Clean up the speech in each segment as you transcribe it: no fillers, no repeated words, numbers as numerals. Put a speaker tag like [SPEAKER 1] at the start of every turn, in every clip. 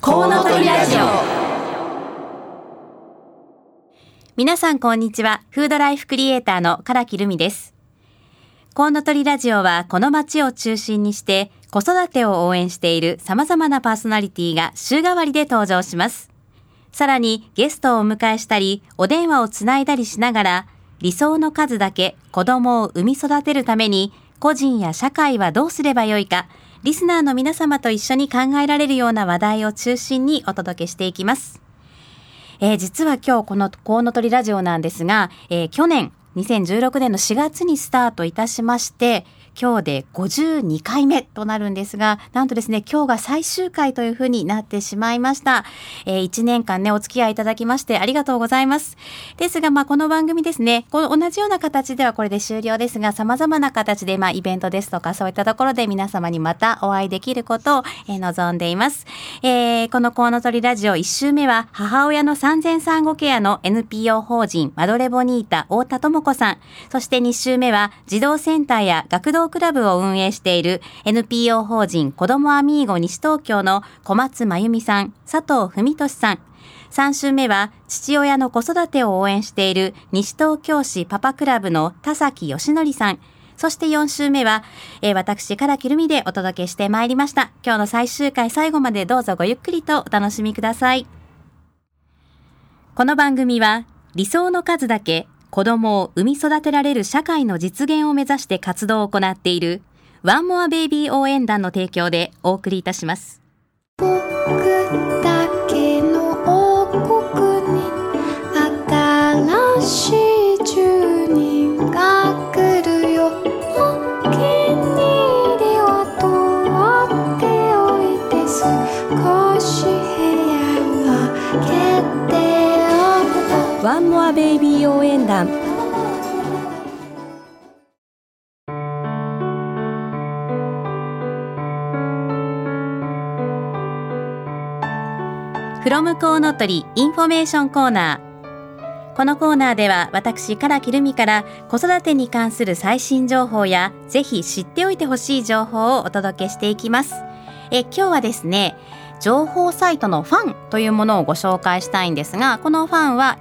[SPEAKER 1] コウノトリラジオ。皆さんこんにちは。フードライフクリエイターの唐木留美です。コウノトリラジオはこの街を中心にして子育てを応援している様々なパーソナリティが週替わりで登場します。さらにゲストをお迎えしたりお電話をつないだりしながら、理想の数だけ子供を産み育てるために個人や社会はどうすればよいか、リスナーの皆様と一緒に考えられるような話題を中心にお届けしていきます。実は今日このコウノトリラジオなんですが、去年2016年の4月にスタートいたしまして、今日で52回目となるんですが、なんとですね、今日が最終回というふうになってしまいました。1年間ね、お付き合いいただきましてありがとうございます。ですが、この番組ですね、この同じような形ではこれで終了ですが、様々な形でイベントですとかそういったところで皆様にまたお会いできることを、望んでいます。このコウノトリラジオ1週目は母親の産前産後ケアの NPO 法人マドレボニータ太田智子さん、そして2週目は児童センターや学童クラブを運営している NPO 法人子どもアミーゴ西東京の小松真由美さん、佐藤文俊さん。3週目は父親の子育てを応援している西東京市パパクラブの田崎義則さん。そして4週目は、私唐木留美でお届けしてまいりました。今日の最終回、最後までどうぞごゆっくりとお楽しみください。この番組は理想の数だけ子供を産み育てられる社会の実現を目指して活動を行っているワンモアベイビー応援団の提供でお送りいたします。
[SPEAKER 2] 僕だけの王国に新しい住人が来るよ。お気に入りは取っておいて、少し部屋は決定を。
[SPEAKER 1] ワンモアベイビー応援団。フロムコウノトリインフォメーションコーナー。このコーナーでは私唐木留美から子育てに関する最新情報やぜひ知っておいてほしい情報をお届けしていきます。今日はですね、情報サイトのファンというものをご紹介したいんですが、このファンは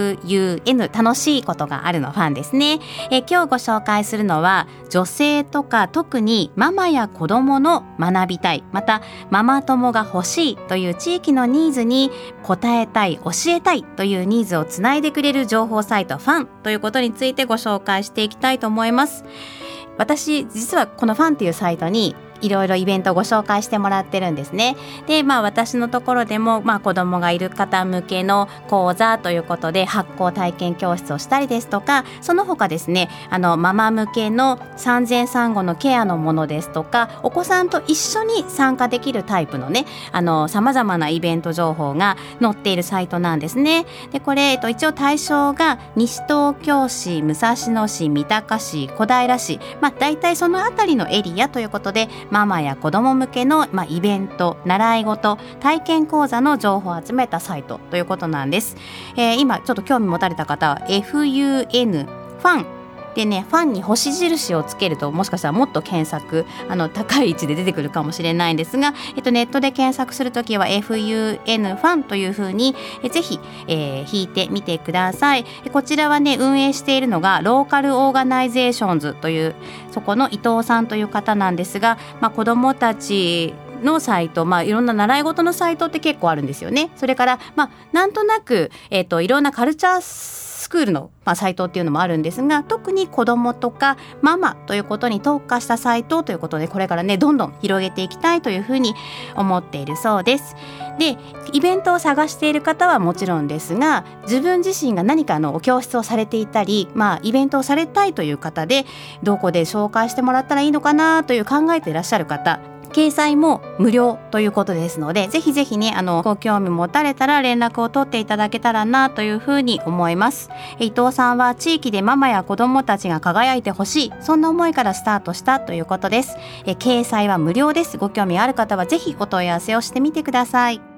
[SPEAKER 1] FUN 楽しいことがあるのファンですね。今日ご紹介するのは女性とか特にママや子供の学びたい、またママ友が欲しいという地域のニーズに応えたい、教えたいというニーズをつないでくれる情報サイトファンということについてご紹介していきたいと思います。私実はこのファンというサイトにいろいろイベントをご紹介してもらってるんですね。で、私のところでも、子供がいる方向けの講座ということで発酵体験教室をしたりですとか、その他ですね、ママ向けの産前産後のケアのものですとか、お子さんと一緒に参加できるタイプのね、様々なイベント情報が載っているサイトなんですね。で、これ、一応対象が西東京市、武蔵野市、三鷹市、小平市、大体そのあたりのエリアということで、ママや子供向けの、イベント、習い事、体験講座の情報を集めたサイトということなんです。今ちょっと興味持たれた方は FUN ファンでね、ファンに星印をつけるともしかしたらもっと検索高い位置で出てくるかもしれないんですが、ネットで検索するときは FUN ファンというふうにぜひ、引いてみてください。こちらはね、運営しているのがローカルオーガナイゼーションズというそこの伊藤さんという方なんですが、子どもたちのサイト、いろんな習い事のサイトって結構あるんですよね。それから、なんとなく、いろんなカルチャースクールの、サイトっていうのもあるんですが、特に子どもとかママということに特化したサイトということで、これからねどんどん広げていきたいというふうに思っているそうです。で、イベントを探している方はもちろんですが、自分自身が何かのお教室をされていたり、イベントをされたいという方で、どこで紹介してもらったらいいのかなという考えていらっしゃる方、掲載も無料ということですので、ぜひぜひね、ご興味持たれたら連絡を取っていただけたらなというふうに思います。伊藤さんは地域でママや子どもたちが輝いてほしい、そんな思いからスタートしたということです。掲載は無料です。ご興味ある方はぜひお問い合わせをしてみてください。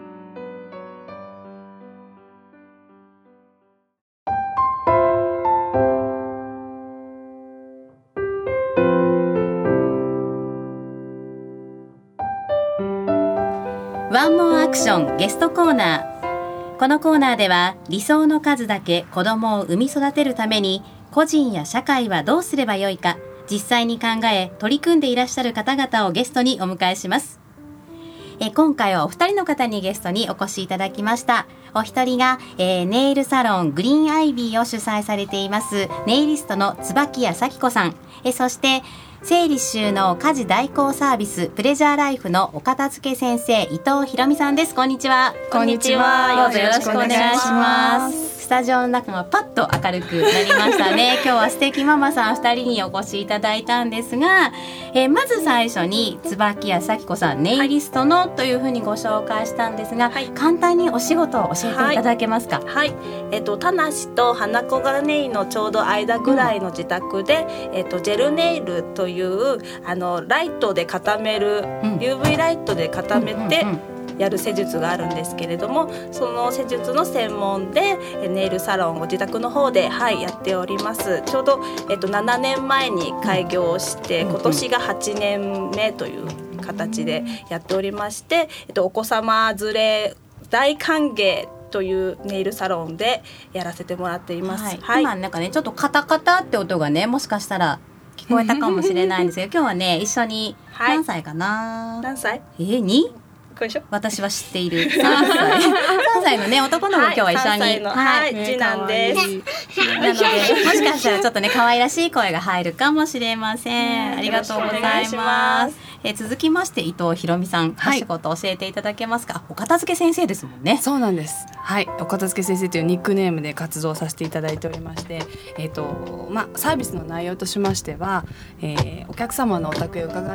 [SPEAKER 1] ワンモアアクションゲストコーナー。このコーナーでは理想の数だけ子どもを産み育てるために個人や社会はどうすればよいか、実際に考え取り組んでいらっしゃる方々をゲストにお迎えします。今回はお二人の方にゲストにお越しいただきました。お一人が、ネイルサロングリーンアイビーを主催されていますネイリストの椿谷咲子さん、そして整理収納家事代行サービスプレジャーライフのお片付け先生伊藤ひろみさんです。こんにちは。
[SPEAKER 3] こんにちは。
[SPEAKER 1] どうぞよろしくお願いします。スタジオの中がパッと明るくなりましたね。今日は素敵ママさん2人にお越しいただいたんですが、まず最初に椿谷咲子さん、ネイリストのというふうにご紹介したんですが、はい、簡単にお仕事を教えていただけますか？
[SPEAKER 3] はい、田無と花小金井のちょうど間ぐらいの自宅で、ジェルネイルというライトで固める、UV ライトで固めて、やる施術があるんですけれども、その施術の専門でネイルサロンを自宅の方で、やっております。ちょうど、7年前に開業して、今年が8年目という形でやっておりまして、お子様連れ大歓迎というネイルサロンでやらせてもらっています。
[SPEAKER 1] 今なんかね、ちょっとカタカタって音がね、もしかしたら聞こえたかもしれないんですけど今日はね、一緒に何歳かな、
[SPEAKER 3] 何歳
[SPEAKER 1] ？2？私は知っている3歳のね男の子、今日は一緒に、
[SPEAKER 3] 次男です。
[SPEAKER 1] なのでもしかしたらちょっとね可愛らしい声が入るかもしれません。ありがとうございます。続きまして伊藤ひろみさん、お仕事教えていただけますか？お片付け先生ですもんね。
[SPEAKER 4] そうなんです。はい、お片付け先生というニックネームで活動させていただいておりまして、サービスの内容としましては、お客様のお宅へ伺って、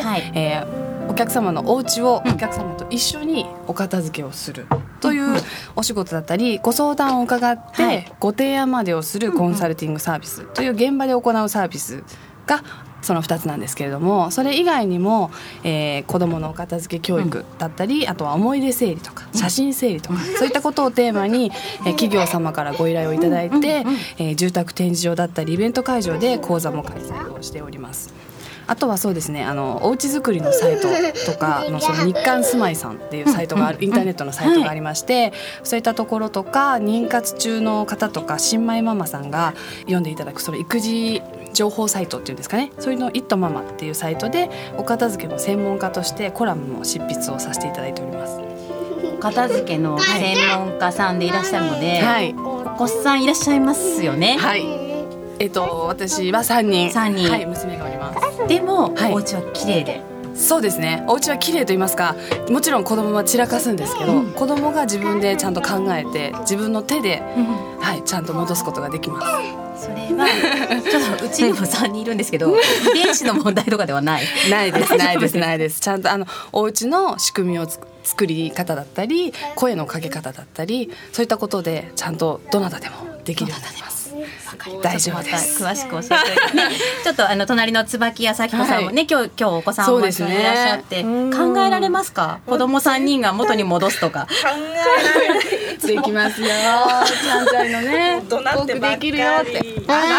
[SPEAKER 4] お客様のお家をお客様と一緒にお片付けをするというお仕事だったり、ご相談を伺ってご提案までをするコンサルティングサービスという現場で行うサービスがその2つなんですけれども、それ以外にも、子どものお片付け教育だったり、あとは思い出整理とか写真整理とか、そういったことをテーマに、企業様からご依頼をいただいて、住宅展示場だったりイベント会場で講座も開催をしております。あとはそうですね、おうち作りのサイトとかの、その日刊住まいさんっていうサイトがある、インターネットのサイトがありまして、そういったところとか妊活中の方とか新米ママさんが読んでいただくその育児情報サイトっていうんですかね、そういうのをイットママっていうサイトでお片付けの専門家としてコラムの執筆をさせていただいております。
[SPEAKER 1] お片付けの専門家さんでいらっしゃるので、お子さんいらっしゃいますよね。
[SPEAKER 4] はい、私は3人、はい、娘がおります。
[SPEAKER 1] でも、お家は綺麗で。
[SPEAKER 4] そうですね、お家は綺麗と言いますか、もちろん子供は散らかすんですけど、子供が自分でちゃんと考えて自分の手で、ちゃんと戻すことができます。
[SPEAKER 1] それはちょっとうちにも3人いるんですけど遺伝子の問題とかではない
[SPEAKER 4] ないです。ちゃんとお家の仕組みを作り方だったり声のかけ方だったり、そういったことでちゃんとどなたでもできるようになります。大丈夫です。
[SPEAKER 1] 詳しく教えてちょっと隣の椿谷咲子さんもね、今日お子さんも一緒にいらっしゃって、考えられますか？子供3人が元に戻すとか。
[SPEAKER 3] 考えられない
[SPEAKER 4] できますよ。ちゃんちゃんのね、
[SPEAKER 3] 怒鳴ってばっかり。
[SPEAKER 4] できるよって。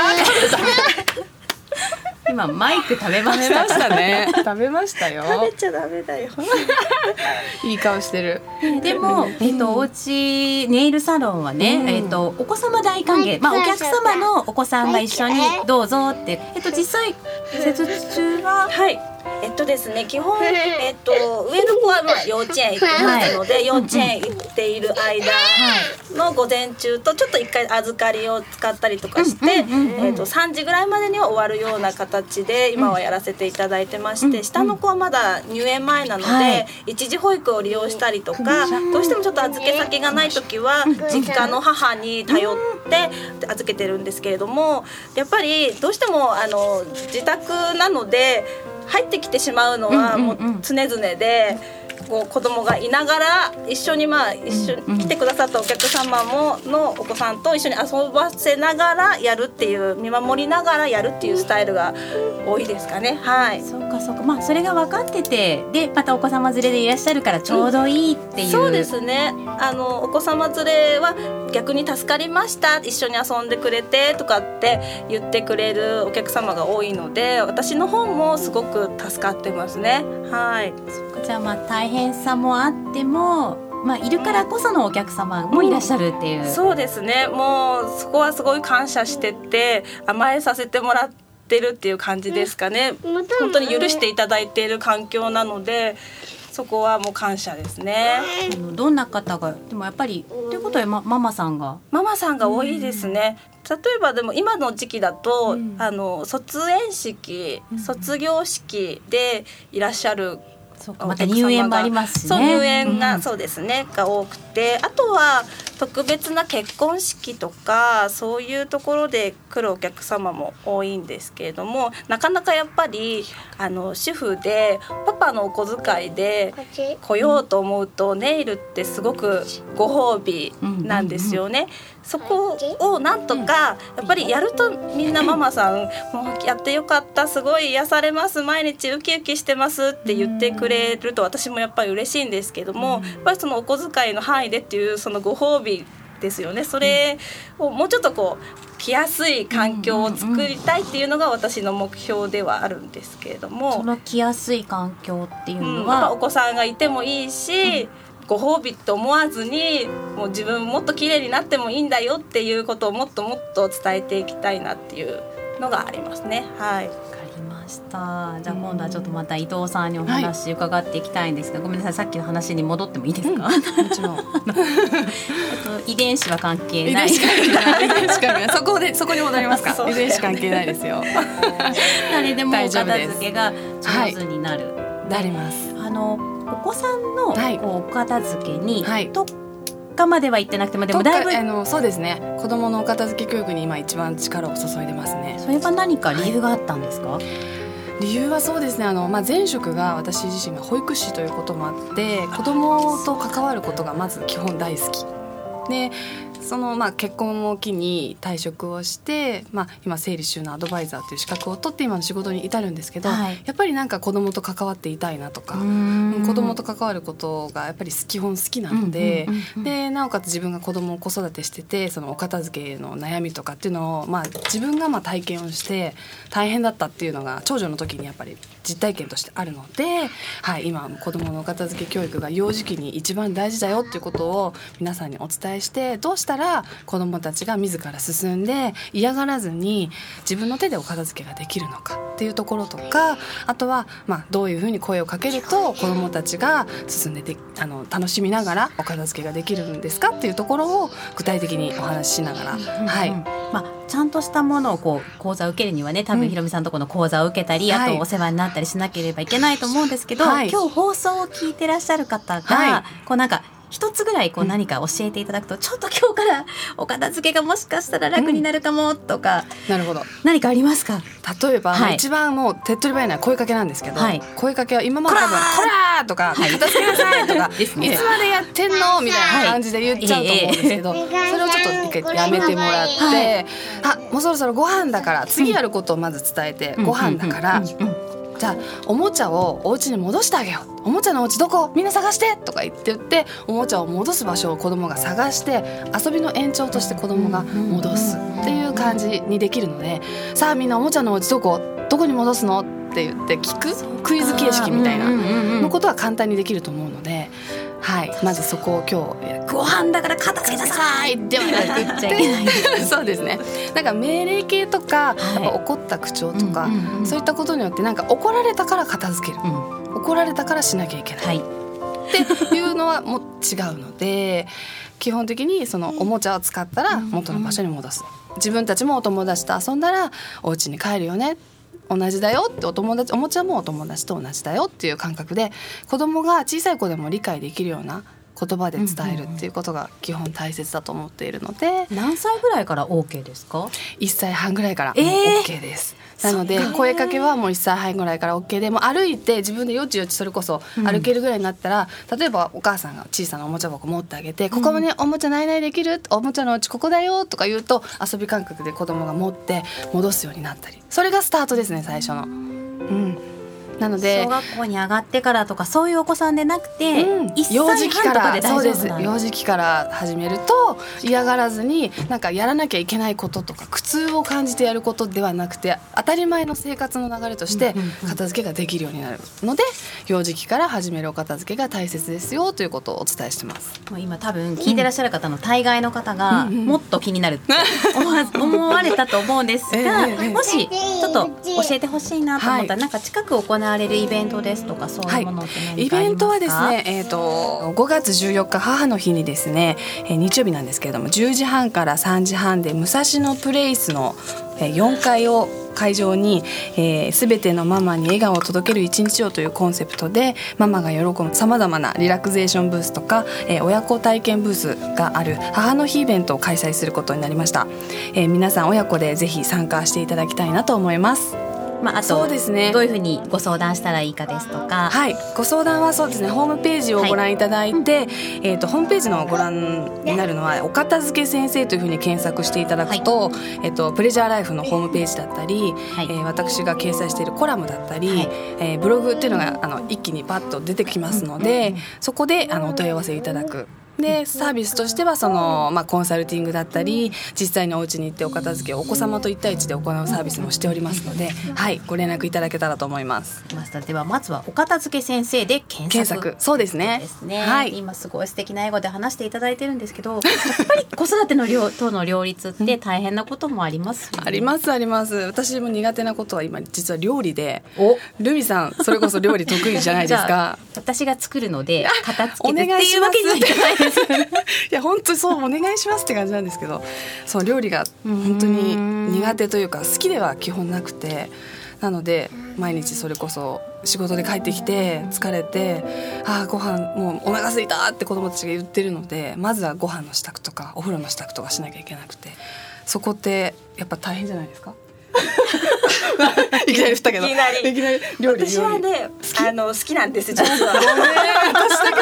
[SPEAKER 1] 今マイク食べました
[SPEAKER 4] ね。食べましたよ。
[SPEAKER 3] 食べちゃダメだよ。
[SPEAKER 4] いい顔してる。
[SPEAKER 1] でも、おうちネイルサロンはね、お子様大歓迎、お客様のお子さんが一緒にどうぞって、実際施術中は
[SPEAKER 3] ですね、基本、上の子は幼稚園行ってますので、幼稚園行っている間の午前中とちょっと一回預かりを使ったりとかして、3時ぐらいまでには終わるような形で今はやらせていただいてまして、下の子はまだ入園前なので、一時保育を利用したりとか、どうしてもちょっと預け先がない時は実家の母に頼って預けてるんですけれども、やっぱりどうしても自宅なので入ってきてしまうのはもう常々で、こう子供がいながら一緒に来てくださったお客様のお子さんと一緒に遊ばせながらやるっていう、見守りながらやるっていうスタイルが多いですかね。
[SPEAKER 1] そうか、それが分かってて、でまたお子様連れでいらっしゃるからちょうどいいっていう、
[SPEAKER 3] そうですね、お子様連れは逆に助かりました、一緒に遊んでくれてとかって言ってくれるお客様が多いので、私の方もすごく助かってますね。はい。
[SPEAKER 1] じゃあ大変さもあっても、いるからこそのお客様もいらっしゃるっていう、
[SPEAKER 3] そうですね。もうそこはすごい感謝してて、甘えさせてもらってるっていう感じですかね。本当に許していただいている環境なので、そこはもう感謝ですね。
[SPEAKER 1] どんな方がでもやっぱりということはママさんが
[SPEAKER 3] 多いですね。例えばでも今の時期だと、卒園式、卒業式でいらっしゃる
[SPEAKER 1] また入園もありますしね。
[SPEAKER 3] そう、入園が、そうですね、が多くて、あとは特別な結婚式とかそういうところで来るお客様も多いんですけれども、なかなかやっぱり主婦でパパのお小遣いで来ようと思うと、ネイルってすごくご褒美なんですよね。そこをなんとかやっぱりやると、みんなママさんもうやってよかった、すごい癒されます、毎日ウキウキしてますって言ってくれると、私もやっぱり嬉しいんですけども、やっぱりそのお小遣いの範囲でっていうそのご褒美ですよね。それをもうちょっと来やすい環境を作りたいっていうのが私の目標ではあるんですけれども、
[SPEAKER 1] その来やすい環境っていうのは、
[SPEAKER 3] お子さんがいてもいいし、ご褒美と思わずに、もう自分もっと綺麗になってもいいんだよっていうことをもっともっと伝えていきたいなっていうのがありますね。はい。
[SPEAKER 1] わかりました。じゃあ今度はちょっとまた伊藤さんにお話伺っていきたいんですが、ごめんなさい、さっきの話に戻ってもいいですか？も
[SPEAKER 4] ちろん。
[SPEAKER 1] 遺伝子は関係ない。
[SPEAKER 4] そこに戻りますか？遺伝子関係ないですよ。
[SPEAKER 1] 誰でもお片付けが上手になる。
[SPEAKER 4] なります。
[SPEAKER 1] お子さんのお片付けに特化までは言ってなくても、でもだいぶ
[SPEAKER 4] そうですね、子どものお片付け教育に今一番力を注いでますね。
[SPEAKER 1] それは何か理由があったんですか？
[SPEAKER 4] 理由はそうですね、前職が私自身が保育士ということもあって、子どもと関わることがまず基本大好きで、その結婚を機に退職をして、今整理収納アドバイザーという資格を取って今の仕事に至るんですけど、やっぱり子供と関わっていたいなとか、子供と関わることがやっぱり基本好きなので、でなおかつ自分が子供を子育てしてて、そのお片付けの悩みとかっていうのを、自分が体験をして大変だったっていうのが長女の時にやっぱり実体験としてあるので、今子供のお片付け教育が幼児期に一番大事だよっていうことを皆さんにお伝えして、どうしたら子どもたちが自ら進んで嫌がらずに自分の手でお片付けができるのかっていうところとか、あとはどういうふうに声をかけると子どもたちが進んで楽しみながらお片付けができるんですかっていうところを具体的にお話ししながら、
[SPEAKER 1] ちゃんとしたものを講座を受けるにはね、多分ひろみさんのところの講座を受けたり、あとお世話になったりしなければいけないと思うんですけど、今日放送を聞いてらっしゃる方が、一つぐらい何か教えていただくと、ちょっと今日からお片付けがもしかしたら楽になるかもとか、
[SPEAKER 4] なるほど、
[SPEAKER 1] 何かありますか？
[SPEAKER 4] 例えば、一番もう手っ取り早いのは声かけなんですけど、声かけは今まで多分こらーとか、片付けなさいとか、いつまでやってんのみたいな感じで言っちゃうと思うんですけど、それをちょっと一回やめてもらって、もうそろそろご飯だから次やることをまず伝えて、ご飯だからじゃあおもちゃをお家に戻してあげよう、おもちゃのお家どこみんな探してとか言っておもちゃを戻す場所を子供が探して、遊びの延長として子供が戻すっていう感じにできるので、さあみんなおもちゃのお家どこに戻すのって言って聞くクイズ形式みたいなのことは簡単にできると思うので、まずそこを今日
[SPEAKER 1] ご飯だから片付けなさいではなく言っちゃいけない
[SPEAKER 4] そうですね、命令系とか、やっぱ怒った口調とか、そういったことによって怒られたから片付ける、怒られたからしなきゃいけない、っていうのはもう違うので、基本的にそのおもちゃを使ったら元の場所に戻す、自分たちもお友達と遊んだらお家に帰るよね、同じだよって、おもちゃもお友達と同じだよっていう感覚で、子供が小さい子でも理解できるような言葉で伝えるっていうことが基本大切だと思っているので。
[SPEAKER 1] 何歳ぐらいから OK ですか
[SPEAKER 4] ？1歳半ぐらいから OK です、なので声かけはもう1歳半ぐらいから OK で、もう歩いて自分でよちよちそれこそ歩けるぐらいになったら、例えばお母さんが小さなおもちゃ箱持ってあげて、ここにおもちゃないないできる、おもちゃのうちここだよとか言うと、遊び感覚で子供が持って戻すようになったり、それがスタートですね、最初の。 なので
[SPEAKER 1] 小学校に上がってからとかそういうお子さんでなくて、1
[SPEAKER 4] 幼児
[SPEAKER 1] 歳半とか
[SPEAKER 4] 期から
[SPEAKER 1] で大丈夫なん
[SPEAKER 4] そうです幼児期から始めると嫌がらずになんかやらなきゃいけないこととか苦痛を感じてやることではなくて当たり前の生活の流れとして片付けができるようになるので、幼児期から始めるお片付けが大切ですよということをお伝えしてます。
[SPEAKER 1] もう今多分聞いてらっしゃる方の大概の方がもっと気になるって思われたと思うんですが、もしちょっと教えてほしいなと思ったら、なんか近く行われるイベントですとかそういうものって何かありますか？
[SPEAKER 4] イベントはですね、5月14日母の日にですね、日曜日なんですけれども10時半から3時半で武蔵野プレイスの4階を会場に、全てのママに笑顔を届ける一日をというコンセプトでママが喜ぶさまざまなリラクゼーションブースとか、親子体験ブースがある母の日イベントを開催することになりました。皆さん親子でぜひ参加していただきたいなと思います。
[SPEAKER 1] あと
[SPEAKER 4] そうですね、
[SPEAKER 1] どういうふうにご相談したらいいかですとか、
[SPEAKER 4] はい、ご相談はそうですね、ホームページをご覧いただいて、ホームページのご覧になるのはお片付け先生というふうに検索していただくと、プレジャーライフのホームページだったり、私が掲載しているコラムだったり、ブログっていうのが一気にパッと出てきますので、そこでお問い合わせいただく。でサービスとしてはコンサルティングだったり実際にお家に行ってお片付けをお子様と1対1で行うサービスもしておりますので、ご連絡いただけたらと思います。
[SPEAKER 1] ではまずはお片付け先生で検索
[SPEAKER 4] そうですね。
[SPEAKER 1] 今すごい素敵な英語で話していただいてるんですけど、やっぱり子育てのとの両立って大変なこともありますよね。
[SPEAKER 4] ありますあります。私も苦手なことは今実は料理で、ルミさんそれこそ料理得意じゃないですか。
[SPEAKER 1] 私が作るので片付けてっていうわけにはいかないです
[SPEAKER 4] いや本当にそうお願いしますって感じなんですけど、そう料理が本当に苦手というか好きでは基本なくて、なので毎日それこそ仕事で帰ってきて疲れてご飯もうお腹空いたって子供たちが言ってるので、まずはご飯の支度とかお風呂の支度とかしなきゃいけなくて、そこってやっぱ大変じゃないですかいきなり振ったけど、いきなり料理
[SPEAKER 3] 私はね好きなんです実は。
[SPEAKER 4] 私だけ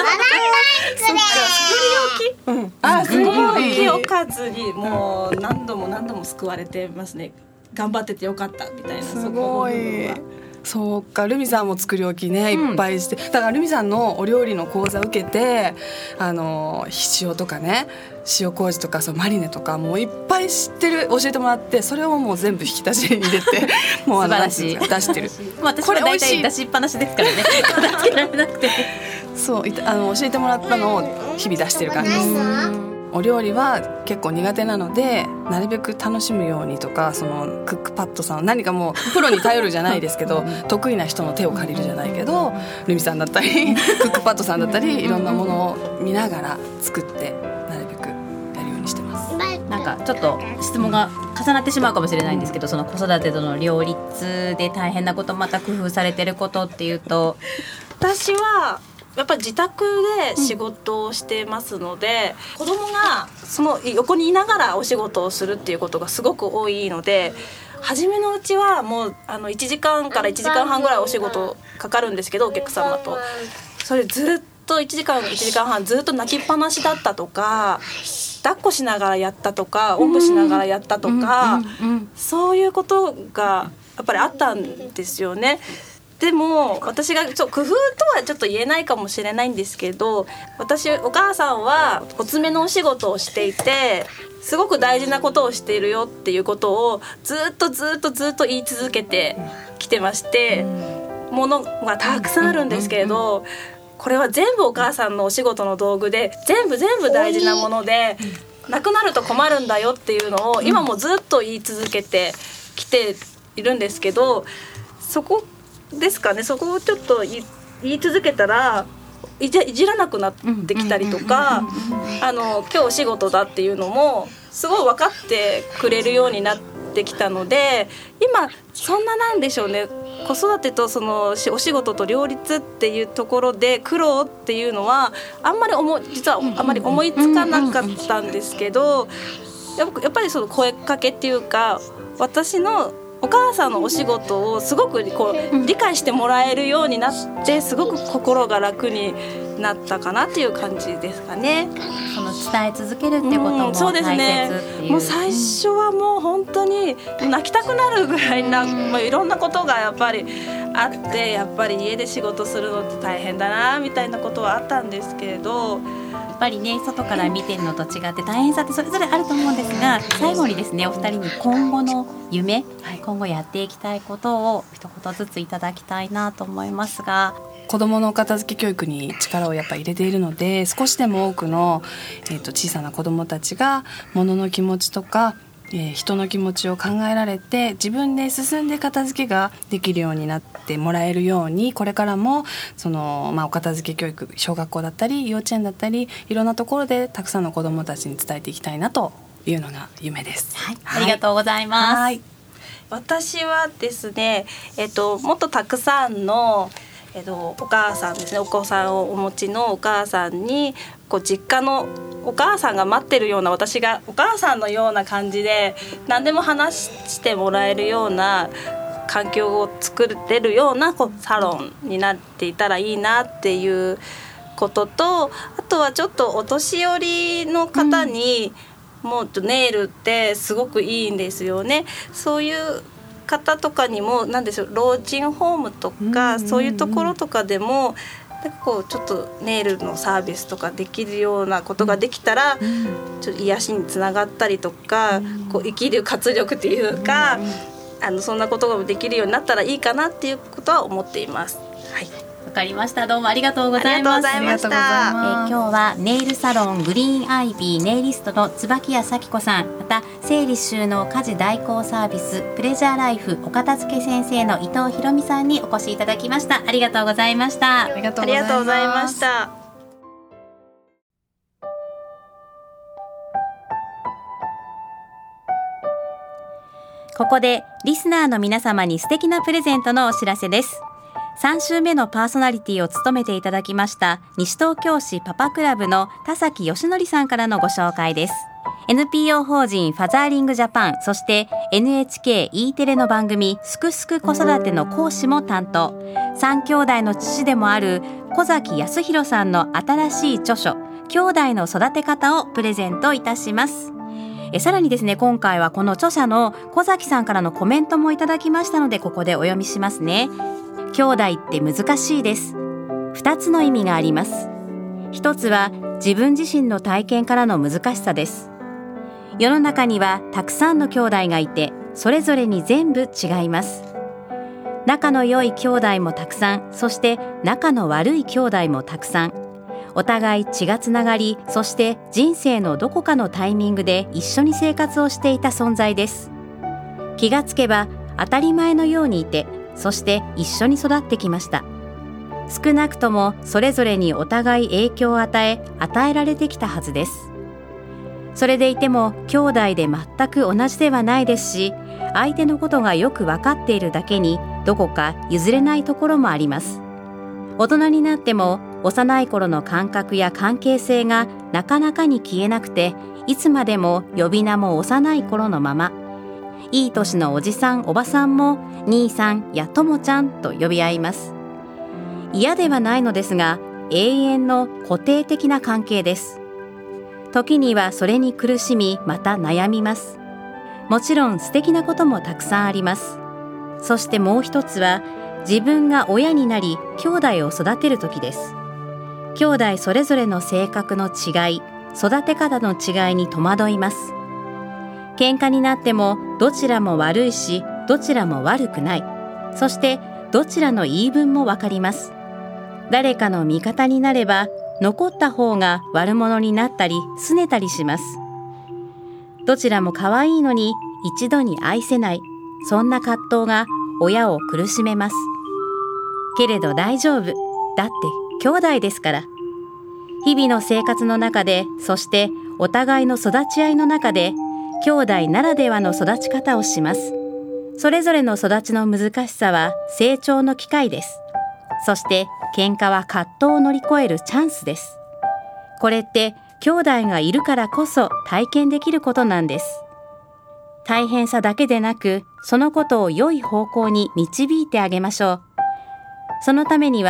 [SPEAKER 3] 作り置きおかずにもう何度も救われてますね。頑張っててよかったみたいな。
[SPEAKER 4] すごい。そうか、ルミさんも作り置きねいっぱいして、だからルミさんのお料理の講座受けてひ塩とかね塩麹とかマリネとかもういっぱい知ってる教えてもらって、それをもう全部引き出しに入れてもう
[SPEAKER 1] 素晴らしい
[SPEAKER 4] 出してる
[SPEAKER 1] 私は大体出しっぱなしですからね片付けられなくて
[SPEAKER 4] そう教えてもらったのを日々出してる感じです。お料理は結構苦手なのでなるべく楽しむようにとか、クックパッドさん何かもうプロに頼るじゃないですけど得意な人の手を借りるじゃないけど、ルミさんだったりクックパッドさんだったりいろんなものを見ながら作ってなるべくやるようにしてます。
[SPEAKER 1] なんかちょっと質問が重なってしまうかもしれないんですけど、その子育てとの両立で大変なことまた工夫されてることっていうと、
[SPEAKER 3] 私はやっぱり自宅で仕事をしてますので、子供がその横にいながらお仕事をするっていうことがすごく多いので、初めのうちはもう1時間から1時間半ぐらいお仕事かかるんですけど、お客様とそれずっと1時間半ずっと泣きっぱなしだったとか、抱っこしながらやったとかおんぶしながらやったとか、そういうことがやっぱりあったんですよね。でも私が工夫とはちょっと言えないかもしれないんですけど、お母さんはお詰めのお仕事をしていてすごく大事なことをしているよっていうことをずっと言い続けてきてまして、ものがたくさんあるんですけれど、これは全部お母さんのお仕事の道具で全部大事なもので、なくなると困るんだよっていうのを今もずっと言い続けてきているんですけど、そこですかね、そこをちょっと言い続けたらいじらなくなってきたりとか、今日お仕事だっていうのもすごい分かってくれるようになってきたので、今そんななんでしょうね、子育てとお仕事と両立っていうところで苦労っていうのは実はあんまり思いつかなかったんですけど、やっぱり声かけっていうか、私のお母さんのお仕事をすごく理解してもらえるようになって、すごく心が楽になったかなっていう感じですかね。
[SPEAKER 1] その伝え続けるっていうことも大切っていう、
[SPEAKER 3] そうですね。もう最初はもう本当に泣きたくなるぐらいな、もういろんなことがやっぱりあって、やっぱり家で仕事するのって大変だなみたいなことはあったんですけれど、
[SPEAKER 1] やっぱりね、外から見てるのと違って大変さってそれぞれあると思うんですが、最後にですね、お二人に今後の夢、今後やっていきたいことを一言ずついただきたいなと思いますが。
[SPEAKER 4] 子どものお片付け教育に力をやっぱ入れているので、少しでも多くの、小さな子どもたちが物の気持ちとか、人の気持ちを考えられて、自分で進んで片付けができるようになってもらえるように、これからもその、お片付け教育、小学校だったり幼稚園だったり、いろんなところでたくさんの子どもたちに伝えていきたいなというのが夢です。
[SPEAKER 1] はい、ありがとうございます。はい、
[SPEAKER 3] 私はですね、もっとたくさんのお母さんですね、お子さんをお持ちのお母さんに、こう実家のお母さんが待ってるような、私がお母さんのような感じで何でも話してもらえるような環境を作れるようなサロンになっていたらいいなっていうことと、あとはちょっとお年寄りの方に、もうネイルってすごくいいんですよね。そういう方とかにも、なんでしょう、老人ホームとか、そういうところとかでもなんかこうちょっとネイルのサービスとかできるようなことができたら、ちょっと癒しにつながったりとか、こう生きる活力っていうか、そんなことができるようになったらいいかなっていうことは思っています。はい、
[SPEAKER 1] わかりました。どうもありがとうございます。
[SPEAKER 3] ありがとうございました。
[SPEAKER 1] 今日はネイルサロングリーンアイビーネイリストの椿谷咲子さん、また整理収納家事代行サービスプレジャーライフお片付け先生の伊藤ひろみさんにお越しいただきました。ありがとうございました。
[SPEAKER 4] ありがとう
[SPEAKER 3] ございました。
[SPEAKER 1] ここでリスナーの皆様に素敵なプレゼントのお知らせです。3週目のパーソナリティを務めていただきました西東京市パパクラブの田崎義則さんからのご紹介です。 NPO 法人ファザーリングジャパン、そして NHKE テレの番組すくすく子育ての講師も担当、3兄弟の父でもある小崎康弘さんの新しい著書兄弟の育て方をプレゼントいたします。さらにですね、今回はこの著者の小崎さんからのコメントもいただきましたので、ここでお読みしますね。兄弟って難しいです。2つの意味があります。1つは自分自身の体験からの難しさです。世の中にはたくさんの兄弟がいて、それぞれに全部違います。仲の良い兄弟もたくさん、そして仲の悪い兄弟もたくさん。お互い血がつながり、そして人生のどこかのタイミングで一緒に生活をしていた存在です。気がつけば当たり前のようにいて、そして一緒に育ってきました。少なくともそれぞれにお互い影響を与えられてきたはずです。それでいても兄弟で全く同じではないですし、相手のことがよく分かっているだけにどこか譲れないところもあります。大人になっても幼い頃の感覚や関係性がなかなかに消えなくて、いつまでも呼び名も幼い頃のまま、いい年のおじさんおばさんも兄さんやともちゃんと呼び合います。嫌ではないのですが、永遠の固定的な関係です。時にはそれに苦しみ、また悩みます。もちろん素敵なこともたくさんあります。そしてもう一つは、自分が親になり兄弟を育てる時です。兄弟それぞれの性格の違い、育て方の違いに戸惑います。喧嘩になってもどちらも悪いし、どちらも悪くない。そしてどちらの言い分もわかります。誰かの味方になれば残った方が悪者になったり拗ねたりします。どちらも可愛いのに一度に愛せない、そんな葛藤が親を苦しめます。けれど大丈夫。だって兄弟ですから。日々の生活の中で、そしてお互いの育ち合いの中で、兄弟ならではの育ち方をします。それぞれの育ちの難しさは成長の機会です。そして喧嘩は葛藤を乗り越えるチャンスです。これって兄弟がいるからこそ体験できることなんです。大変さだけでなく、そのことを良い方向に導いてあげましょう。そのためには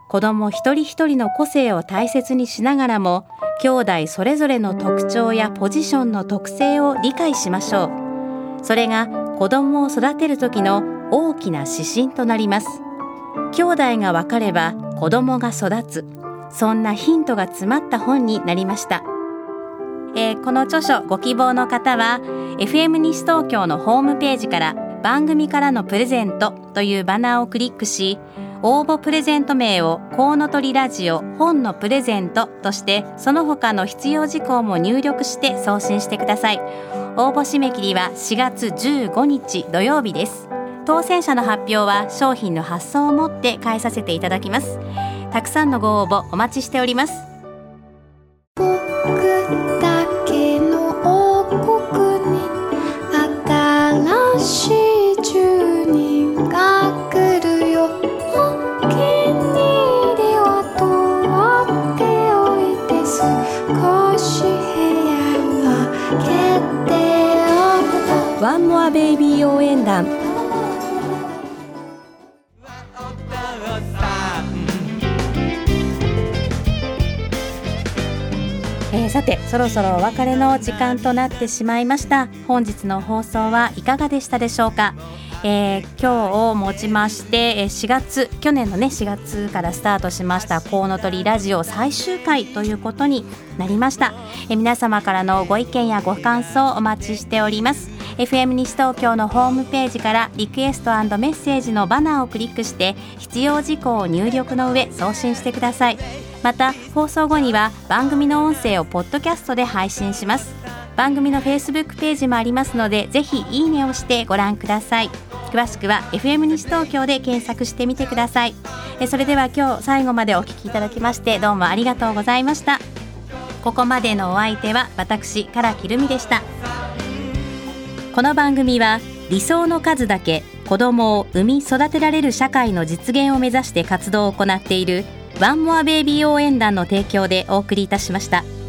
[SPEAKER 1] 子ども一人一人の個性を大切にしながらも、兄弟それぞれの特徴やポジションの特性を理解しましょう。それが子どもを育てる時の大きな指針となります。兄弟が分かれば子どもが育つ、そんなヒントが詰まった本になりました。この著書ご希望の方は FM 西東京のホームページから番組からのプレゼントというバナーをクリックし、応募プレゼント名をコウノトリラジオ本のプレゼントとして、その他の必要事項も入力して送信してください。応募締め切りは4月15日土曜日です。当選者の発表は商品の発送をもって返させていただきます。たくさんのご応募お待ちしております。
[SPEAKER 2] 僕だけの王国に新しい住人が来るよ。お気に入りは取っておいて、少し部屋は決定を。
[SPEAKER 1] ワンモアベイビー応援団。さて、そろそろお別れの時間となってしまいました。本日の放送はいかがでしたでしょうか。今日をもちまして去年のね4月からスタートしましたコウノトリラジオ最終回ということになりました。皆様からのご意見やご感想お待ちしております。 FM 西東京のホームページからリクエスト&メッセージのバナーをクリックして必要事項を入力の上送信してください。また放送後には番組の音声をポッドキャストで配信します。番組の Facebook ページもありますので、ぜひいいねをしてご覧ください。詳しくは FM 西東京で検索してみてください。それでは今日最後までお聞きいただきましてどうもありがとうございました。ここまでのお相手は私唐木留美でした。この番組は理想の数だけ子どもを産み育てられる社会の実現を目指して活動を行っているワンモアベイビー応援団の提供でお送りいたしました。